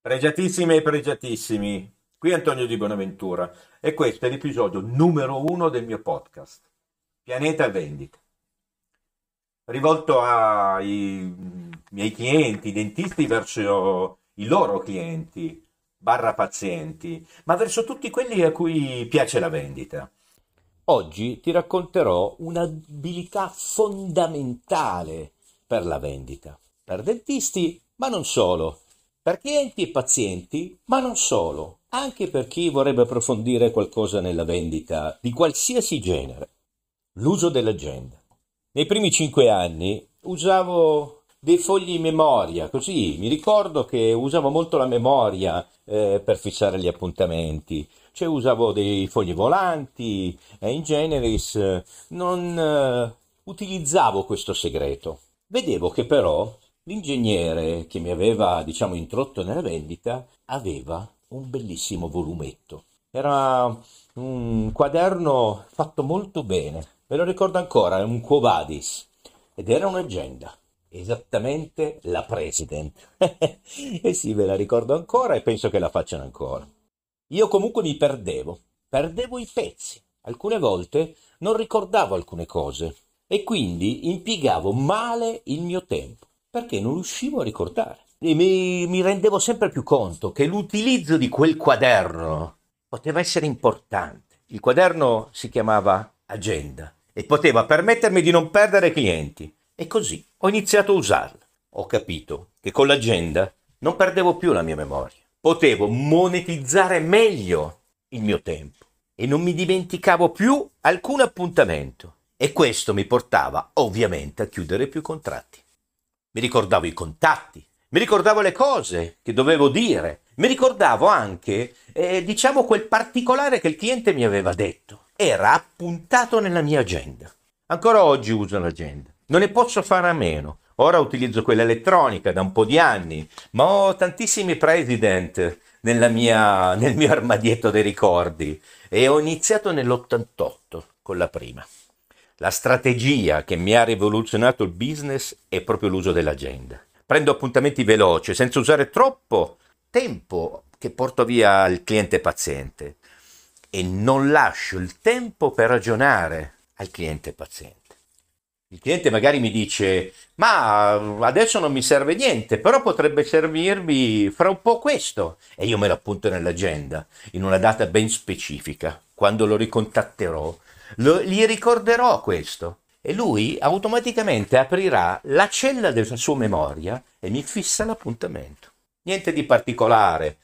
Pregiatissime e pregiatissimi, qui Antonio Di Bonaventura e questo è l'episodio numero uno del mio podcast, Pianeta Vendita, rivolto ai miei clienti, i dentisti verso i loro clienti, barra pazienti, ma verso tutti quelli a cui piace la vendita. Oggi ti racconterò un'abilità fondamentale per la vendita, per dentisti, ma non solo. Per clienti e pazienti, ma non solo, anche per chi vorrebbe approfondire qualcosa nella vendita di qualsiasi genere. L'uso dell'agenda. Nei primi 5 anni usavo dei fogli memoria, così mi ricordo che usavo molto la memoria per fissare gli appuntamenti. Cioè usavo dei fogli volanti e in generis non utilizzavo questo segreto. Vedevo che però l'ingegnere che mi aveva, introdotto nella vendita aveva un bellissimo volumetto. Era un quaderno fatto molto bene, me lo ricordo ancora, è un Quo Vadis ed era un'agenda, esattamente la President. E sì, me la ricordo ancora e penso che la facciano ancora. Io comunque mi perdevo i pezzi. Alcune volte non ricordavo alcune cose e quindi impiegavo male il mio tempo perché non riuscivo a ricordare. E mi rendevo sempre più conto che l'utilizzo di quel quaderno poteva essere importante. Il quaderno si chiamava Agenda e poteva permettermi di non perdere clienti. E così ho iniziato a usarla. Ho capito che con l'agenda non perdevo più la mia memoria. Potevo monetizzare meglio il mio tempo e non mi dimenticavo più alcun appuntamento. E questo mi portava ovviamente a chiudere più contratti. Mi ricordavo i contatti, mi ricordavo le cose che dovevo dire, mi ricordavo anche, quel particolare che il cliente mi aveva detto. Era appuntato nella mia agenda. Ancora oggi uso l'agenda, non ne posso fare a meno. Ora utilizzo quella elettronica da un po' di anni, ma ho tantissimi president nel mio armadietto dei ricordi e ho iniziato nell'88 con la prima. La strategia che mi ha rivoluzionato il business è proprio l'uso dell'agenda. Prendo appuntamenti veloci, senza usare troppo tempo che porto via il cliente paziente e non lascio il tempo per ragionare al cliente paziente. Il cliente magari mi dice: ma adesso non mi serve niente, però potrebbe servirmi fra un po' questo. E io me lo appunto nell'agenda, in una data ben specifica. Quando lo ricontatterò, gli ricorderò questo. E lui automaticamente aprirà la cella della sua memoria e mi fissa l'appuntamento. Niente di particolare,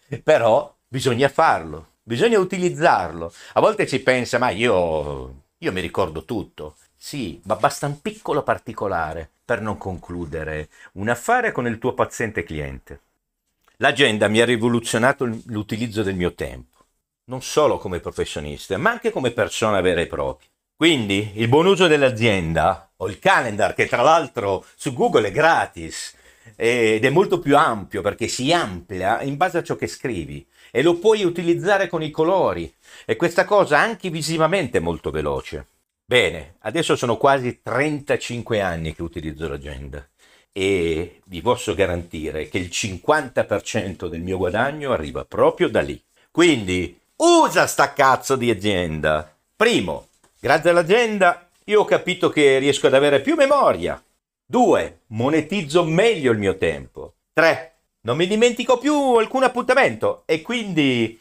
però bisogna farlo, bisogna utilizzarlo. A volte si pensa: ma io mi ricordo tutto. Sì, ma basta un piccolo particolare per non concludere un affare con il tuo paziente cliente. L'agenda mi ha rivoluzionato l'utilizzo del mio tempo, non solo come professionista, ma anche come persona vera e propria. Quindi il buon uso dell'azienda, o il calendar, che tra l'altro su Google è gratis ed è molto più ampio perché si amplia in base a ciò che scrivi e lo puoi utilizzare con i colori e questa cosa anche visivamente è molto veloce. Bene, adesso sono quasi 35 anni che utilizzo l'agenda e vi posso garantire che il 50% del mio guadagno arriva proprio da lì. Quindi usa sta cazzo di agenda. Primo, grazie all'agenda io ho capito che riesco ad avere più memoria. 2, monetizzo meglio il mio tempo. 3, non mi dimentico più alcun appuntamento e quindi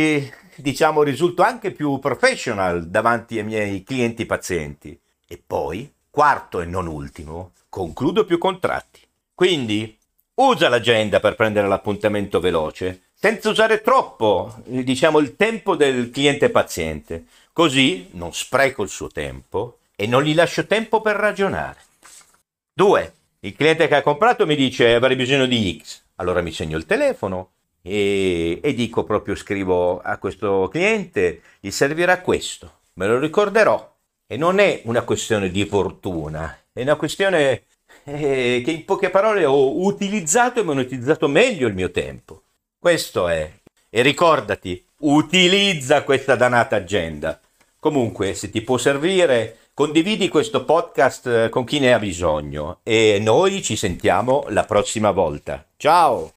risulto anche più professional davanti ai miei clienti pazienti. E poi, quarto e non ultimo, concludo più contratti. Quindi, usa l'agenda per prendere l'appuntamento veloce, senza usare troppo, il tempo del cliente paziente. Così non spreco il suo tempo e non gli lascio tempo per ragionare. 2. Il cliente che ha comprato mi dice: avrei bisogno di X. Allora mi segno il telefono e dico proprio, scrivo a questo cliente: gli servirà questo, me lo ricorderò. E non è una questione di fortuna, è una questione che in poche parole ho utilizzato e monetizzato meglio il mio tempo. Questo è. E ricordati, utilizza questa dannata agenda. Comunque, se ti può servire, condividi questo podcast con chi ne ha bisogno e noi ci sentiamo la prossima volta. Ciao!